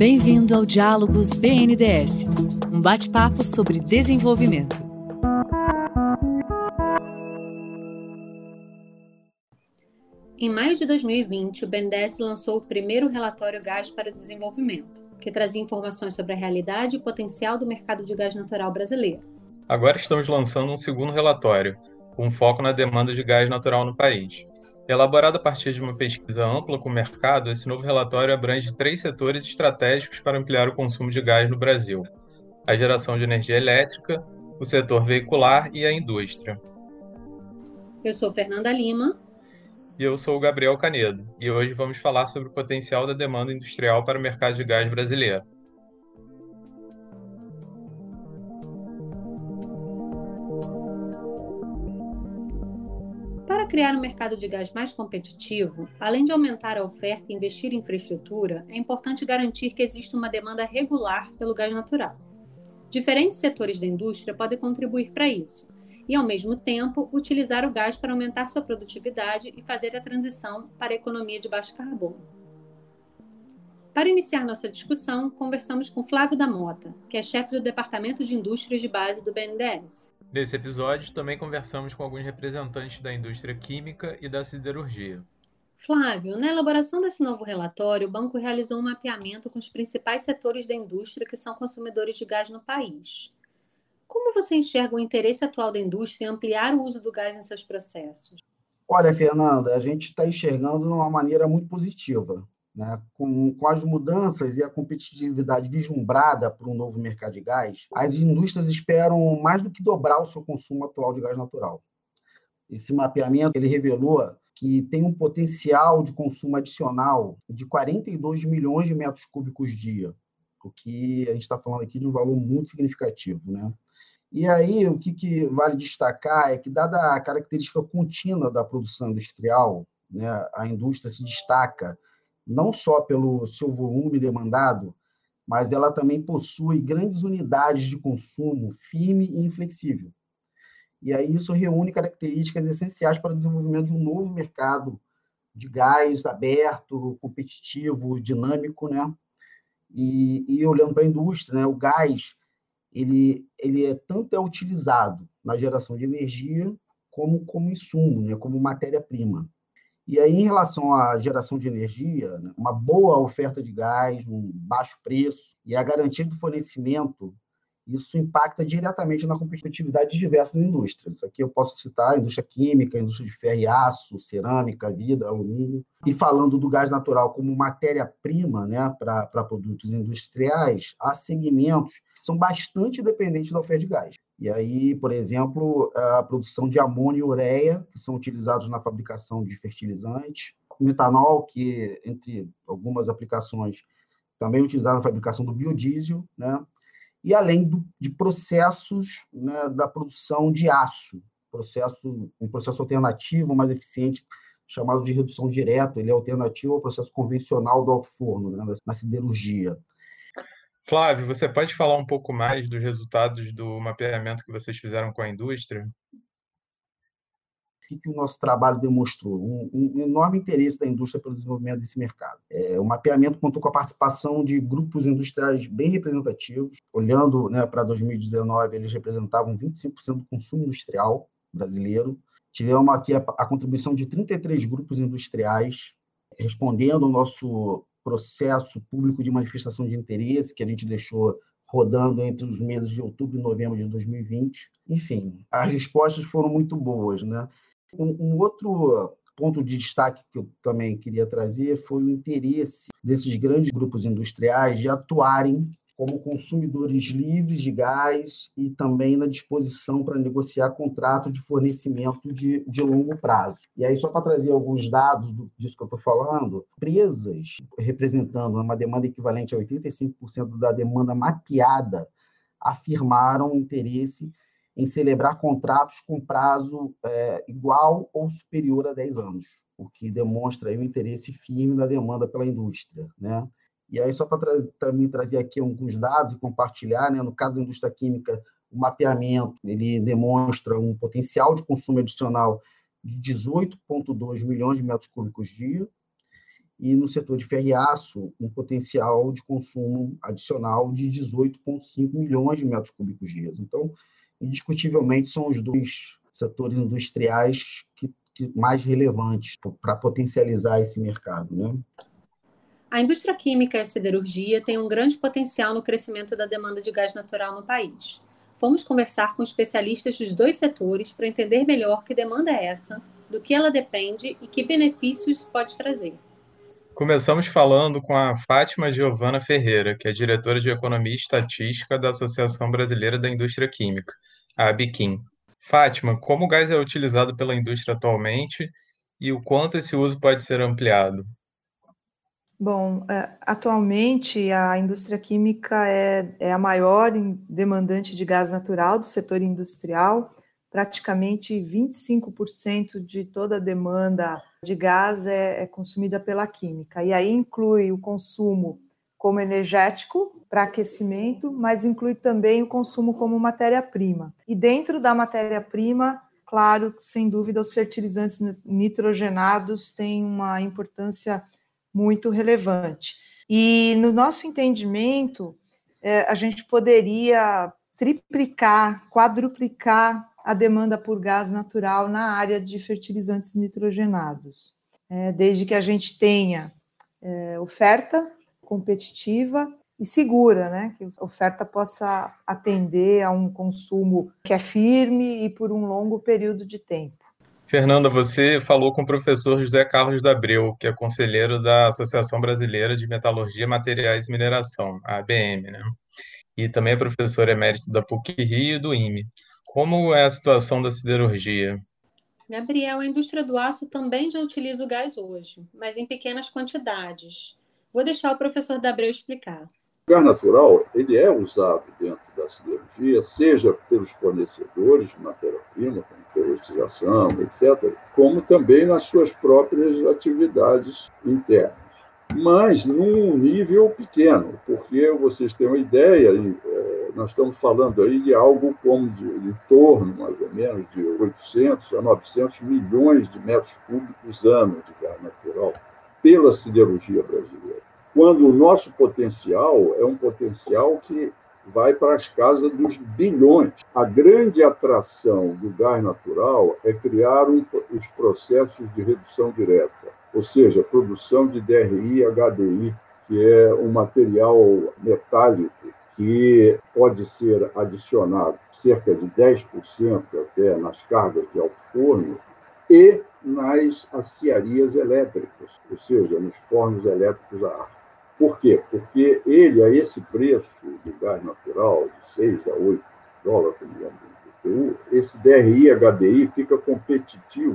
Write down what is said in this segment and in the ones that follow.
Bem-vindo ao Diálogos BNDES, um bate-papo sobre desenvolvimento. Em maio de 2020, o BNDES lançou o primeiro relatório Gás para o Desenvolvimento, que trazia informações sobre a realidade e o potencial do mercado de gás natural brasileiro. Agora estamos lançando um segundo relatório, com foco na demanda de gás natural no país. Elaborado a partir de uma pesquisa ampla com o mercado, esse novo relatório abrange 3 setores estratégicos para ampliar o consumo de gás no Brasil: a geração de energia elétrica, o setor veicular e a indústria. Eu sou Fernanda Lima. E eu sou o Gabriel Canedo, e hoje vamos falar sobre o potencial da demanda industrial para o mercado de gás brasileiro. Para criar um mercado de gás mais competitivo, além de aumentar a oferta e investir em infraestrutura, é importante garantir que exista uma demanda regular pelo gás natural. Diferentes setores da indústria podem contribuir para isso, e, ao mesmo tempo, utilizar o gás para aumentar sua produtividade e fazer a transição para a economia de baixo carbono. Para iniciar nossa discussão, conversamos com Flávio da Mota, que é chefe do Departamento de Indústrias de Base do BNDES. Nesse episódio, também conversamos com alguns representantes da indústria química e da siderurgia. Flávio, na elaboração desse novo relatório, o banco realizou um mapeamento com os principais setores da indústria que são consumidores de gás no país. Como você enxerga o interesse atual da indústria em ampliar o uso do gás em seus processos? Olha, Fernanda, a gente está enxergando de uma maneira muito positiva, né? Com as mudanças e a competitividade vislumbrada para um novo mercado de gás, as indústrias esperam mais do que dobrar o seu consumo atual de gás natural. Esse mapeamento ele revelou que tem um potencial de consumo adicional de 42 milhões de metros cúbicos dia, o que a gente está falando aqui de um valor muito significativo, né? E aí, o que vale destacar é que, dada a característica contínua da produção industrial, né, a indústria se destaca não só pelo seu volume demandado, mas ela também possui grandes unidades de consumo firme e inflexível. E aí isso reúne características essenciais para o desenvolvimento de um novo mercado de gás aberto, competitivo, dinâmico, né? E olhando para a indústria, né, o gás ele tanto é utilizado na geração de energia como insumo, né, como matéria-prima. E aí, em relação à geração de energia, né, uma boa oferta de gás, um baixo preço e a garantia do fornecimento, isso impacta diretamente na competitividade de diversas indústrias. Aqui eu posso citar a indústria química, a indústria de ferro e aço, cerâmica, vidro, alumínio. E falando do gás natural como matéria-prima, né, para produtos industriais, há segmentos que são bastante dependentes da oferta de gás. E aí, por exemplo, a produção de amônio e ureia, que são utilizados na fabricação de fertilizantes, o metanol, que, entre algumas aplicações, também é utilizado na fabricação do biodiesel, né? E além de processos, né, da produção de aço, um processo alternativo, mais eficiente, chamado de redução direta. Ele é alternativo ao processo convencional do alto forno, né, na siderurgia. Flávio, você pode falar um pouco mais dos resultados do mapeamento que vocês fizeram com a indústria? O que o nosso trabalho demonstrou? Um enorme interesse da indústria pelo desenvolvimento desse mercado. O mapeamento contou com a participação de grupos industriais bem representativos. Olhando, né, para 2019, eles representavam 25% do consumo industrial brasileiro. Tivemos aqui a contribuição de 33 grupos industriais, respondendo ao nosso processo público de manifestação de interesse, que a gente deixou rodando entre os meses de outubro e novembro de 2020. Enfim, as respostas foram muito boas, né? Um outro ponto de destaque que eu também queria trazer foi o interesse desses grandes grupos industriais de atuarem como consumidores livres de gás e também na disposição para negociar contratos de fornecimento de longo prazo. E aí, só para trazer alguns dados disso que eu estou falando, empresas representando uma demanda equivalente a 85% da demanda mapeada afirmaram interesse em celebrar contratos com prazo igual ou superior a 10 anos, o que demonstra aí o interesse firme da demanda pela indústria, né? E aí, só para também trazer aqui alguns dados e compartilhar, né? No caso da indústria química, o mapeamento ele demonstra um potencial de consumo adicional de 18,2 milhões de metros cúbicos dia, e no setor de ferro e aço, um potencial de consumo adicional de 18,5 milhões de metros cúbicos dia. Então, indiscutivelmente, são os dois setores industriais que mais relevantes para potencializar esse mercado, né? A indústria química e a siderurgia têm um grande potencial no crescimento da demanda de gás natural no país. Fomos conversar com especialistas dos dois setores para entender melhor que demanda é essa, do que ela depende e que benefícios pode trazer. Começamos falando com a Fátima Giovana Ferreira, que é diretora de Economia e Estatística da Associação Brasileira da Indústria Química, a ABIQUIM. Fátima, como o gás é utilizado pela indústria atualmente e o quanto esse uso pode ser ampliado? Bom, atualmente a indústria química é a maior demandante de gás natural do setor industrial. Praticamente 25% de toda a demanda de gás é consumida pela química. E aí inclui o consumo como energético para aquecimento, mas inclui também o consumo como matéria-prima. E dentro da matéria-prima, claro, sem dúvida, os fertilizantes nitrogenados têm uma importância muito relevante. E no nosso entendimento, a gente poderia triplicar, quadruplicar a demanda por gás natural na área de fertilizantes nitrogenados, desde que a gente tenha oferta competitiva e segura, né? Que a oferta possa atender a um consumo que é firme e por um longo período de tempo. Fernanda, você falou com o professor José Carlos da Abreu, que é conselheiro da Associação Brasileira de Metalurgia, Materiais e Mineração, a ABM, né? E também é professor emérito da PUC-Rio e do IME. Como é a situação da siderurgia? Gabriel, a indústria do aço também já utiliza o gás hoje, mas em pequenas quantidades. Vou deixar o professor Dabreu explicar. O gás natural ele é usado dentro da siderurgia, seja pelos fornecedores de matéria-prima, como peletização, etc., como também nas suas próprias atividades internas. Mas num nível pequeno, porque vocês têm uma ideia, nós estamos falando aí de algo como de torno, mais ou menos, de 800 a 900 milhões de metros cúbicos ano de gás natural pela siderurgia brasileira. Quando o nosso potencial é um potencial que vai para as casas dos bilhões. A grande atração do gás natural é criar os processos de redução direta, ou seja, produção de DRI e HDI, que é um material metálico que pode ser adicionado cerca de 10% até nas cargas de alto forno e nas aciarias elétricas, ou seja, nos fornos elétricos a ar. Por quê? Porque ele, a esse preço do gás natural, de 6 a 8 dólares por milhão de BTU, esse DRI e HDI fica competitivo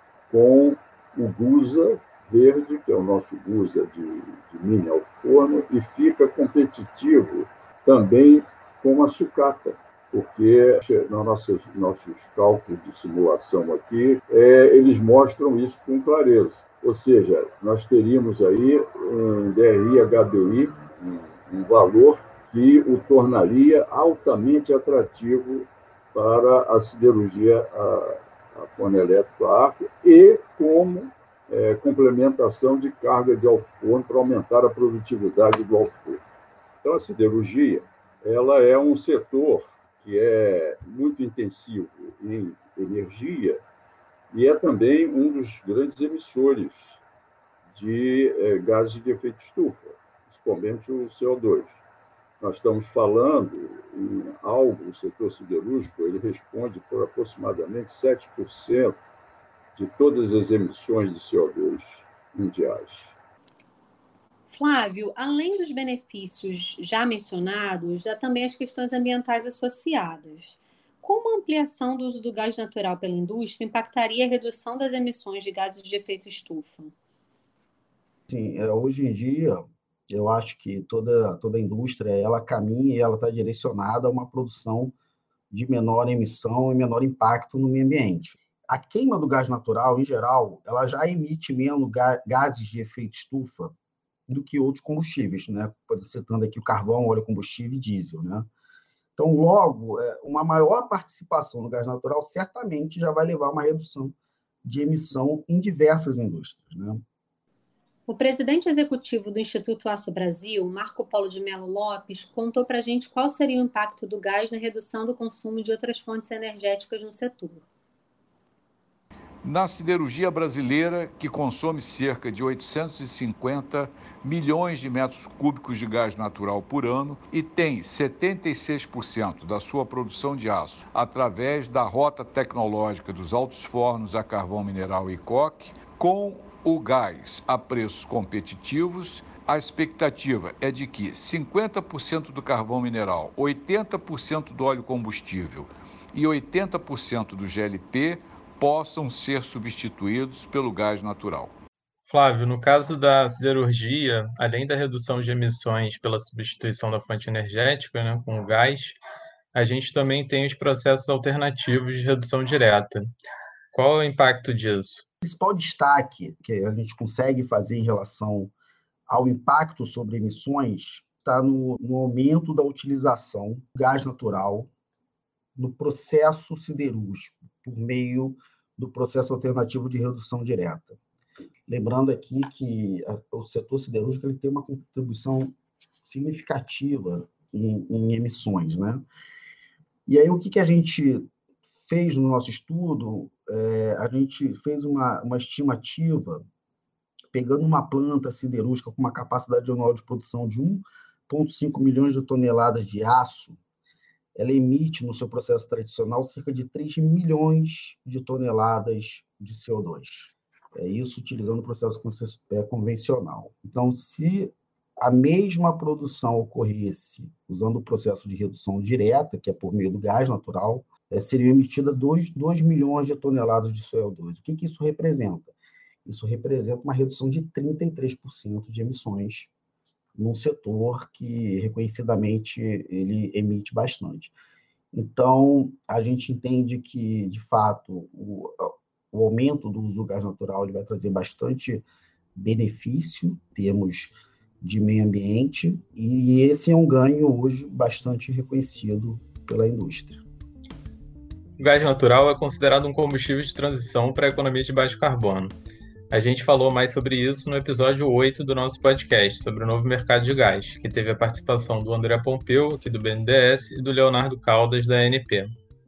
com o Gusa verde, que é o nosso Gusa de mini alto forno, e fica competitivo também com a sucata, porque nossos cálculos de simulação aqui, eles mostram isso com clareza. Ou seja, nós teríamos aí um DRI-HDI, um valor que o tornaria altamente atrativo para a siderurgia, a forno elétrico a arco, e como complementação de carga de alto forno para aumentar a produtividade do alto forno. Então, a siderurgia ela é um setor que é muito intensivo em energia e é também um dos grandes emissores de gases de efeito estufa, principalmente o CO2. Nós estamos falando em algo, o setor siderúrgico, ele responde por aproximadamente 7% de todas as emissões de CO2 mundiais. Flávio, além dos benefícios já mencionados, há também as questões ambientais associadas. Como a ampliação do uso do gás natural pela indústria impactaria a redução das emissões de gases de efeito estufa? Sim, hoje em dia, eu acho que toda a indústria ela caminha e ela está direcionada a uma produção de menor emissão e menor impacto no meio ambiente. A queima do gás natural, em geral, ela já emite menos gases de efeito estufa do que outros combustíveis, né? Citando aqui o carvão, óleo combustível e diesel, né? Então, logo, uma maior participação no gás natural certamente já vai levar a uma redução de emissão em diversas indústrias, né? O presidente executivo do Instituto Aço Brasil, Marco Polo de Mello Lopes, contou para a gente qual seria o impacto do gás na redução do consumo de outras fontes energéticas no setor. Na siderurgia brasileira, que consome cerca de 850 milhões de metros cúbicos de gás natural por ano e tem 76% da sua produção de aço através da rota tecnológica dos altos fornos a carvão mineral e coque, com o gás a preços competitivos, a expectativa é de que 50% do carvão mineral, 80% do óleo combustível e 80% do GLP possam ser substituídos pelo gás natural. Flávio, no caso da siderurgia, além da redução de emissões pela substituição da fonte energética, né, com o gás, a gente também tem os processos alternativos de redução direta. Qual é o impacto disso? O principal destaque que a gente consegue fazer em relação ao impacto sobre emissões está no aumento da utilização do gás natural no processo siderúrgico, por meio do processo alternativo de redução direta. Lembrando aqui que o setor siderúrgico ele tem uma contribuição significativa em emissões, né? E aí, o que a gente fez no nosso estudo? A gente fez uma estimativa, pegando uma planta siderúrgica com uma capacidade anual de produção de 1,5 milhões de toneladas de aço, ela emite no seu processo tradicional cerca de 3 milhões de toneladas de CO2. Isso utilizando o processo convencional. Então, se a mesma produção ocorresse usando o processo de redução direta, que é por meio do gás natural, seriam emitidas 2 milhões de toneladas de CO2. O que isso representa? Isso representa uma redução de 33% de emissões num setor que, reconhecidamente, ele emite bastante. Então, a gente entende que, de fato, o aumento do uso do gás natural ele vai trazer bastante benefício em termos de meio ambiente, e esse é um ganho hoje bastante reconhecido pela indústria. O gás natural é considerado um combustível de transição para a economia de baixo carbono. A gente falou mais sobre isso no episódio 8 do nosso podcast, sobre o novo mercado de gás, que teve a participação do André Pompeu, aqui do BNDES, e do Leonardo Caldas, da ANP.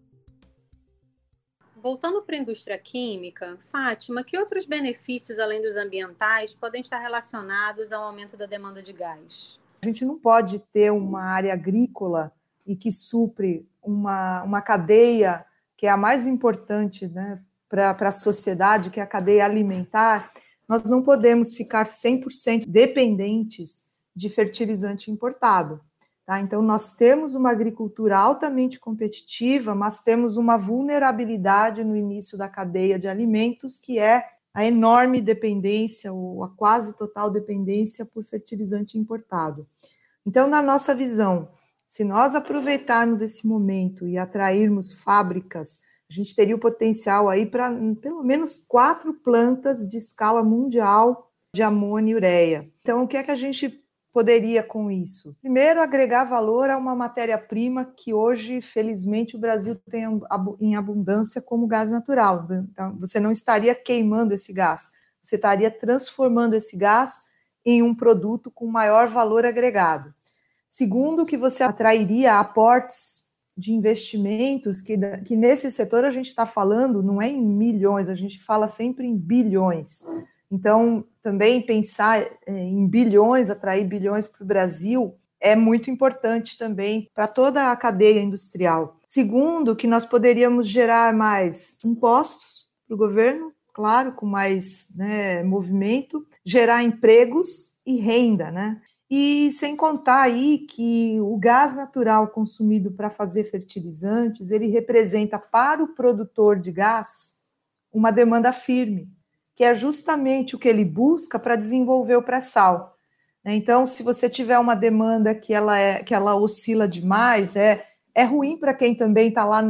Voltando para a indústria química, Fátima, que outros benefícios, além dos ambientais, podem estar relacionados ao aumento da demanda de gás? A gente não pode ter uma área agrícola e que supre uma cadeia que é a mais importante, né, para a sociedade, que é a cadeia alimentar. Nós não podemos ficar 100% dependentes de fertilizante importado. Tá? Então, nós temos uma agricultura altamente competitiva, mas temos uma vulnerabilidade no início da cadeia de alimentos, que é a enorme dependência, ou a quase total dependência por fertilizante importado. Então, na nossa visão, se nós aproveitarmos esse momento e atrairmos fábricas, a gente teria o potencial aí para pelo menos 4 plantas de escala mundial de amônia e ureia. Então, o que é que a gente poderia com isso? Primeiro, agregar valor a uma matéria-prima que hoje, felizmente, o Brasil tem em abundância como gás natural. Então, você não estaria queimando esse gás, você estaria transformando esse gás em um produto com maior valor agregado. Segundo, que você atrairia aportes de investimentos, que nesse setor a gente está falando, não é em milhões, a gente fala sempre em bilhões. Então, também pensar em bilhões, atrair bilhões para o Brasil, é muito importante também para toda a cadeia industrial. Segundo, que nós poderíamos gerar mais impostos para o governo, claro, com mais, né, movimento, gerar empregos e renda, né? E sem contar aí que o gás natural consumido para fazer fertilizantes, ele representa para o produtor de gás uma demanda firme, que é justamente o que ele busca para desenvolver o pré-sal. Então, se você tiver uma demanda que ela oscila demais, é ruim para quem também está lá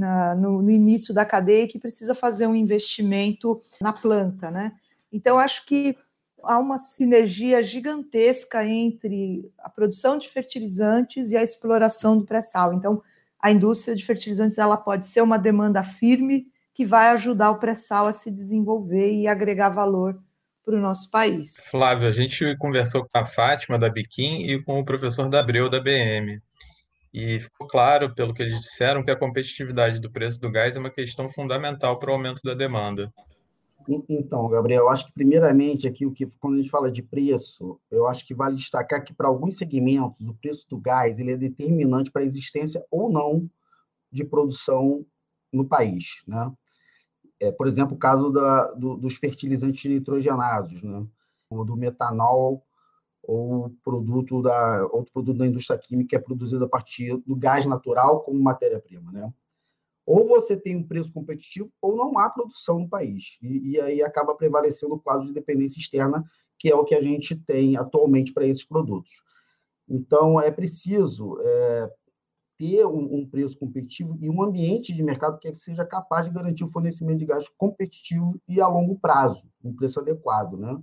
no início da cadeia e que precisa fazer um investimento na planta, né? Então, acho que há uma sinergia gigantesca entre a produção de fertilizantes e a exploração do pré-sal. Então, a indústria de fertilizantes ela pode ser uma demanda firme que vai ajudar o pré-sal a se desenvolver e agregar valor para o nosso país. Flávio, a gente conversou com a Fátima da Biquim e com o professor Dabreu da BM. E ficou claro, pelo que eles disseram, que a competitividade do preço do gás é uma questão fundamental para o aumento da demanda. Então, Gabriel, eu acho que primeiramente aqui quando a gente fala de preço, eu acho que vale destacar que para alguns segmentos o preço do gás ele é determinante para a existência ou não de produção no país, né? Por exemplo, o caso dos fertilizantes nitrogenados, né? Ou do metanol ou outro produto da indústria química que é produzido a partir do gás natural como matéria-prima, né? Ou você tem um preço competitivo ou não há produção no país. E aí acaba prevalecendo o quadro de dependência externa, que é o que a gente tem atualmente para esses produtos. Então, é preciso ter um preço competitivo e um ambiente de mercado que seja capaz de garantir o fornecimento de gás competitivo e a longo prazo, um preço adequado, né?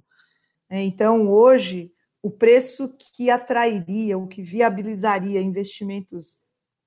Então, hoje, o preço que atrairia, o que viabilizaria investimentos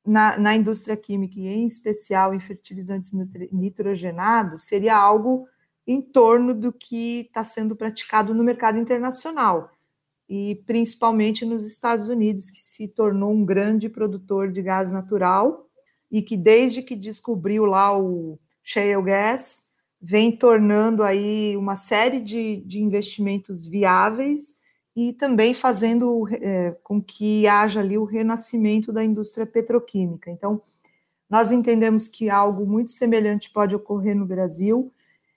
na indústria química, e em especial em fertilizantes nitrogenados, seria algo em torno do que está sendo praticado no mercado internacional, e principalmente nos Estados Unidos, que se tornou um grande produtor de gás natural, e que desde que descobriu lá o shale gas, vem tornando aí uma série de investimentos viáveis e também fazendo com que haja ali o renascimento da indústria petroquímica. Então, nós entendemos que algo muito semelhante pode ocorrer no Brasil,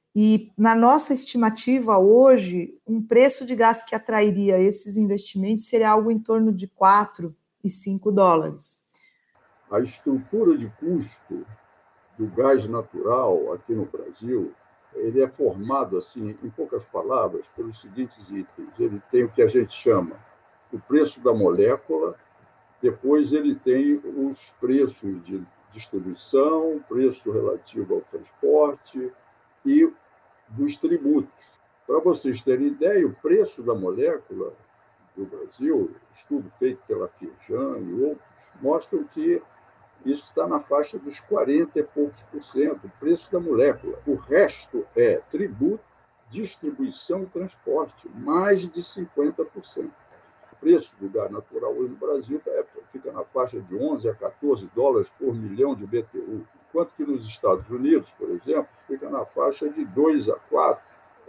e na nossa estimativa hoje, um preço de gás que atrairia esses investimentos seria algo em torno de 4 e 5 dólares. A estrutura de custo do gás natural aqui no Brasil, ele é formado, assim, em poucas palavras, pelos seguintes itens. Ele tem o que a gente chama o preço da molécula, depois ele tem os preços de distribuição, preço relativo ao transporte e dos tributos. Para vocês terem ideia, o preço da molécula do Brasil, estudo feito pela Firjan e outros, mostram que isso está na faixa dos 40 e poucos %, o preço da molécula. O resto é tributo, distribuição e transporte, mais de 50%. O preço do gás natural hoje no Brasil fica na faixa de 11 a 14 dólares por milhão de BTU, enquanto que nos Estados Unidos, por exemplo, fica na faixa de 2 a 4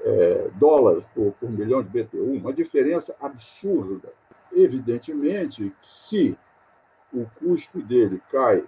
dólares por milhão de BTU, uma diferença absurda. Evidentemente, se o custo dele cai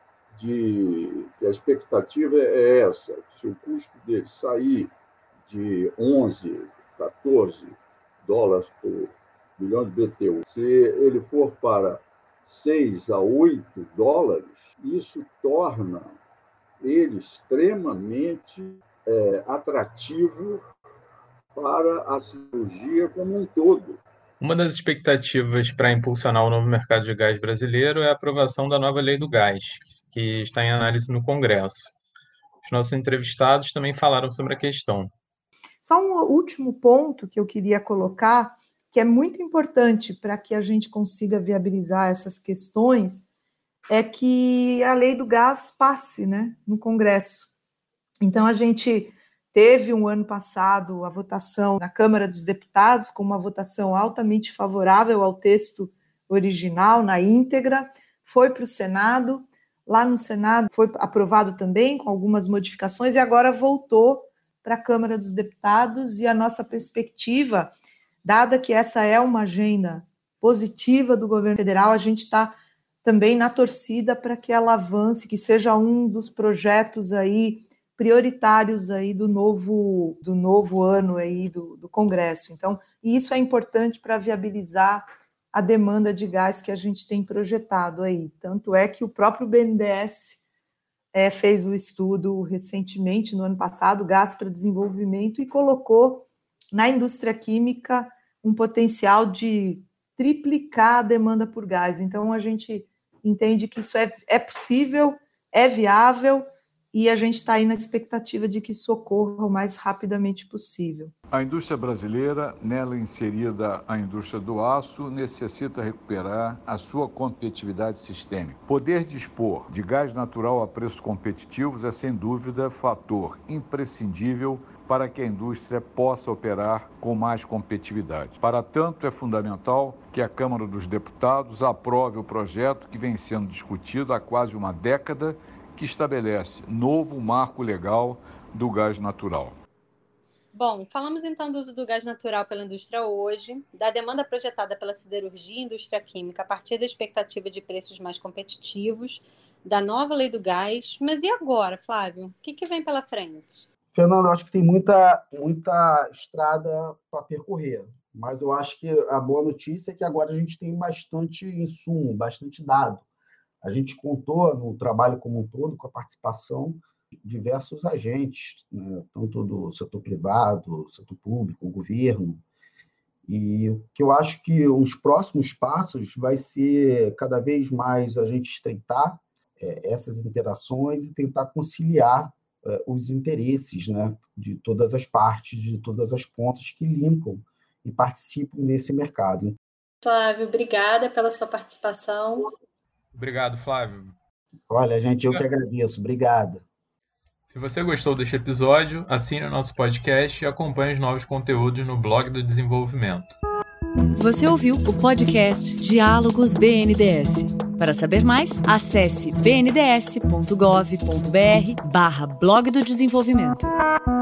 que a expectativa é essa, se o custo dele sair de 11, 14 dólares por milhão de BTU, se ele for para 6 a 8 dólares, isso torna ele extremamente atrativo para a siderurgia como um todo. Uma das expectativas para impulsionar o novo mercado de gás brasileiro é a aprovação da nova Lei do Gás, que está em análise no Congresso. Os nossos entrevistados também falaram sobre a questão. Só um último ponto que eu queria colocar, que é muito importante para que a gente consiga viabilizar essas questões, é que a Lei do Gás passe, né, no Congresso. Então, a gente teve um ano passado a votação na Câmara dos Deputados, com uma votação altamente favorável ao texto original, na íntegra, foi para o Senado, lá no Senado foi aprovado também, com algumas modificações, e agora voltou para a Câmara dos Deputados, e a nossa perspectiva, dada que essa é uma agenda positiva do governo federal, a gente está também na torcida para que ela avance, que seja um dos projetos aí prioritários aí do novo ano aí do Congresso. Então, e isso é importante para viabilizar a demanda de gás que a gente tem projetado aí. Tanto é que o próprio BNDES fez o estudo recentemente, no ano passado, Gás para Desenvolvimento, e colocou na indústria química um potencial de triplicar a demanda por gás. Então, a gente entende que isso é possível, é viável, e a gente está aí na expectativa de que isso ocorra o mais rapidamente possível. A indústria brasileira, nela inserida a indústria do aço, necessita recuperar a sua competitividade sistêmica. Poder dispor de gás natural a preços competitivos é, sem dúvida, fator imprescindível para que a indústria possa operar com mais competitividade. Para tanto, é fundamental que a Câmara dos Deputados aprove o projeto que vem sendo discutido há quase uma década, que estabelece novo marco legal do gás natural. Bom, falamos então do uso do gás natural pela indústria hoje, da demanda projetada pela siderurgia e indústria química a partir da expectativa de preços mais competitivos, da nova lei do gás. Mas e agora, Flávio? O que vem pela frente? Fernando, eu acho que tem muita estrada para percorrer, mas eu acho que a boa notícia é que agora a gente tem bastante insumo, bastante dado. A gente contou no trabalho como um todo com a participação de diversos agentes, né, tanto do setor privado, setor público, o governo, e o que eu acho que os próximos passos vai ser cada vez mais a gente estreitar essas interações e tentar conciliar os interesses, né, de todas as partes, de todas as pontas que linkam e participam desse mercado. Flávio, obrigada pela sua participação. Obrigado, Flávio. Olha, gente, eu que agradeço. Obrigado. Se você gostou deste episódio, assine o nosso podcast e acompanhe os novos conteúdos no blog do Desenvolvimento. Você ouviu o podcast Diálogos BNDES. Para saber mais, acesse bnds.gov.br/blog do Desenvolvimento.